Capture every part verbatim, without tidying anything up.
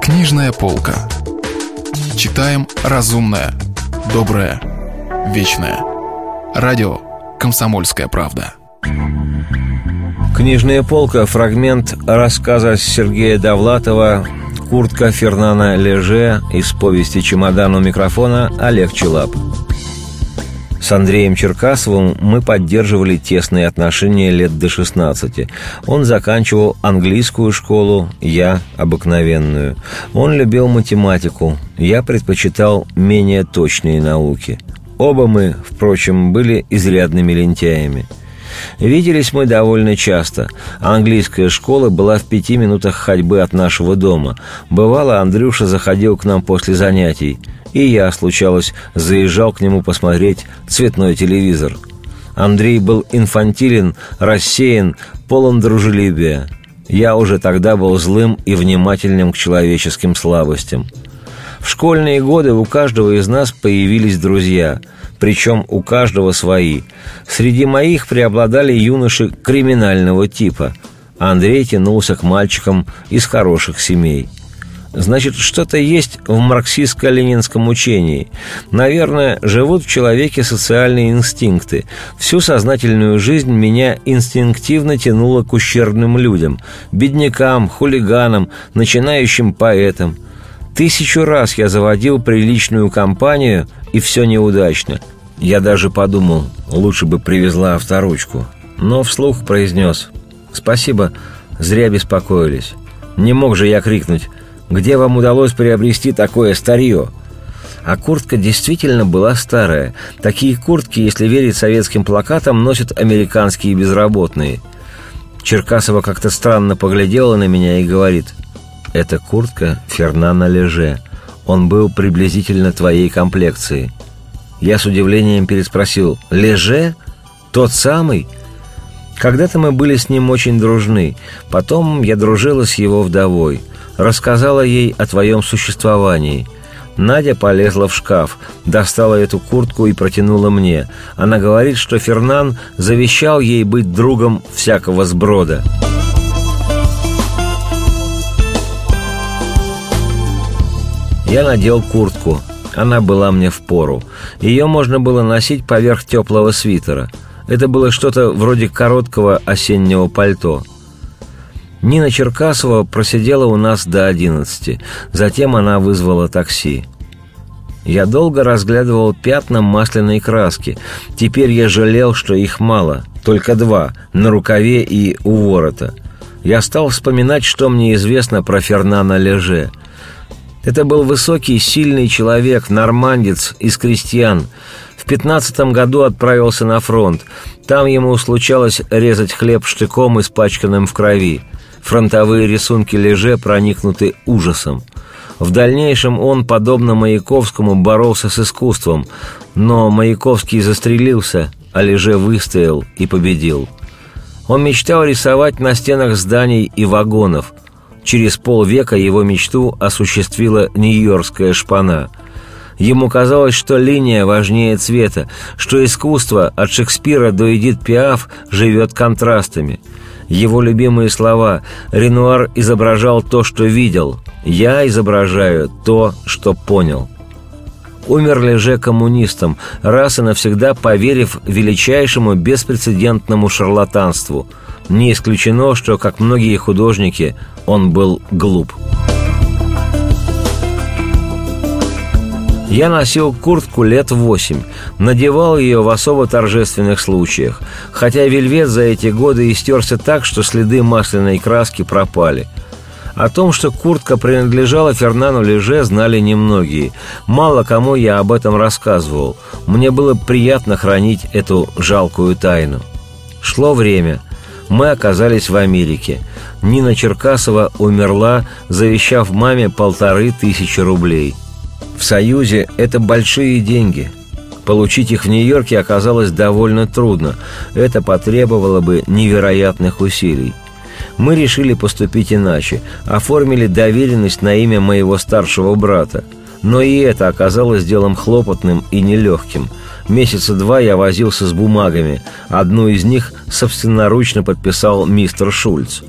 Книжная полка. Читаем разумное, доброе, вечное. Радио «Комсомольская правда». Книжная полка. Фрагмент рассказа Сергея Довлатова «Куртка» Фернана Леже из повести «Чемодан» у микрофона Олег Челап. С Андреем Черкасовым мы поддерживали тесные отношения лет до шестнадцати. Он заканчивал английскую школу, я – обыкновенную. Он любил математику, я предпочитал менее точные науки. Оба мы, впрочем, были изрядными лентяями. Виделись мы довольно часто. Английская школа была в пяти минутах ходьбы от нашего дома. Бывало, Андрюша заходил к нам после занятий, и я, случалось, заезжал к нему посмотреть цветной телевизор. Андрей был инфантилен, рассеян, полон дружелюбия. Я уже тогда был злым и внимательным к человеческим слабостям. В школьные годы у каждого из нас появились друзья, причем у каждого свои. Среди моих преобладали юноши криминального типа. Андрей тянулся к мальчикам из хороших семей. Значит, что-то есть в марксистско-ленинском учении. Наверное, живут в человеке социальные инстинкты. Всю сознательную жизнь меня инстинктивно тянуло к ущербным людям, беднякам, хулиганам, начинающим поэтам. Тысячу раз я заводил приличную компанию, и все неудачно. Я даже подумал, лучше бы привезла авторучку. Но вслух произнес: «Спасибо, зря беспокоились. Не мог же я крикнуть: где вам удалось приобрести такое старье?» А куртка действительно была старая. Такие куртки, если верить советским плакатам, носят американские безработные. Черкасова как-то странно поглядела на меня и говорит: «Это куртка Фернана Леже. Он был приблизительно твоей комплекции». Я с удивлением переспросил: «Леже? Тот самый?» Когда-то мы были с ним очень дружны. Потом я дружила с его вдовой. Рассказала ей о твоем существовании. Надя полезла в шкаф, достала эту куртку и протянула мне. Она говорит, что Фернан завещал ей быть другом всякого сброда. Я надел куртку. Она была мне впору. Ее можно было носить поверх теплого свитера. Это было что-то вроде короткого осеннего пальто. Нина Черкасова просидела у нас до одиннадцати. Затем она вызвала такси. Я долго разглядывал пятна масляной краски. Теперь я жалел, что их мало, только два, на рукаве и у ворота. Я стал вспоминать, что мне известно про Фернана Леже. Это был высокий, сильный человек, нормандец из крестьян. В пятнадцатом году отправился на фронт. Там ему случалось резать хлеб штыком, испачканным в крови. Фронтовые рисунки Леже проникнуты ужасом. В дальнейшем он, подобно Маяковскому, боролся с искусством, но Маяковский застрелился, а Леже выстоял и победил. Он мечтал рисовать на стенах зданий и вагонов. Через полвека его мечту осуществила нью-йоркская шпана. Ему казалось, что линия важнее цвета, что искусство от Шекспира до Эдит Пиаф живет контрастами. Его любимые слова: «Ренуар изображал то, что видел, я изображаю то, что понял». Умер Леже коммунистом, раз и навсегда поверив величайшему беспрецедентному шарлатанству. Не исключено, что, как многие художники, он был глуп. Я носил куртку лет восемь, надевал ее в особо торжественных случаях, хотя вельвет за эти годы истерся так, что следы масляной краски пропали. О том, что куртка принадлежала Фернану Леже, знали немногие. Мало кому я об этом рассказывал. Мне было приятно хранить эту жалкую тайну. Шло время. Мы оказались в Америке. Нина Черкасова умерла, завещав маме полторы тысячи рублей. В Союзе это большие деньги. Получить их в Нью-Йорке оказалось довольно трудно. Это потребовало бы невероятных усилий. Мы решили поступить иначе. Оформили доверенность на имя моего старшего брата. Но и это оказалось делом хлопотным и нелегким. Месяца два я возился с бумагами. Одну из них собственноручно подписал мистер Шульц.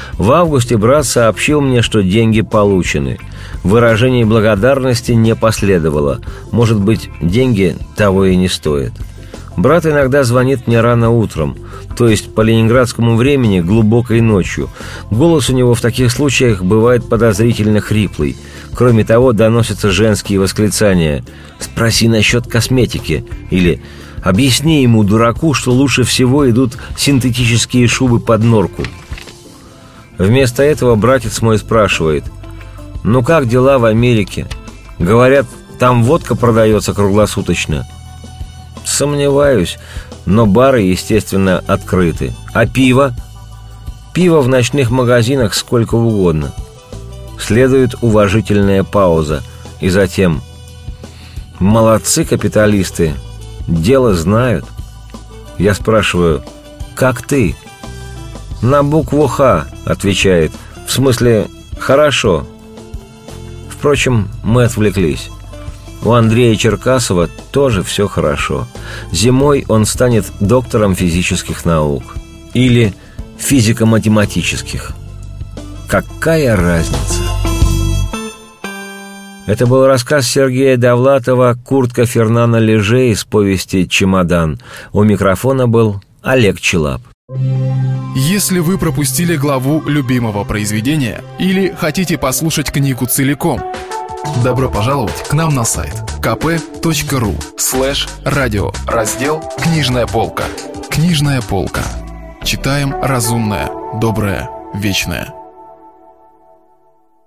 В августе брат сообщил мне, что деньги получены. Выражений благодарности не последовало. Может быть, деньги того и не стоят. Брат иногда звонит мне рано утром, то есть по ленинградскому времени глубокой ночью. Голос у него в таких случаях бывает подозрительно хриплый. Кроме того, доносятся женские восклицания: «Спроси насчет косметики» или «Объясни ему, дураку, что лучше всего идут синтетические шубы под норку». Вместо этого братец мой спрашивает: «Ну как дела в Америке? Говорят, там водка продается круглосуточно». Сомневаюсь, но бары, естественно, открыты. А пиво? Пиво в ночных магазинах сколько угодно. Следует уважительная пауза. И затем: молодцы капиталисты, дело знают. Я спрашиваю: как ты? На букву «Х», отвечает. В смысле, хорошо. Впрочем, мы отвлеклись. У Андрея Черкасова тоже все хорошо. Зимой он станет доктором физических наук. Или физико-математических. Какая разница? Это был рассказ Сергея Довлатова «Куртка Фернана Леже» из повести «Чемодан». У микрофона был Олег Челап. Если вы пропустили главу любимого произведения или хотите послушать книгу целиком, добро пожаловать к нам на сайт ка пэ точка ру слэш радио, раздел «Книжная полка». Книжная полка. Читаем разумное, доброе, вечное.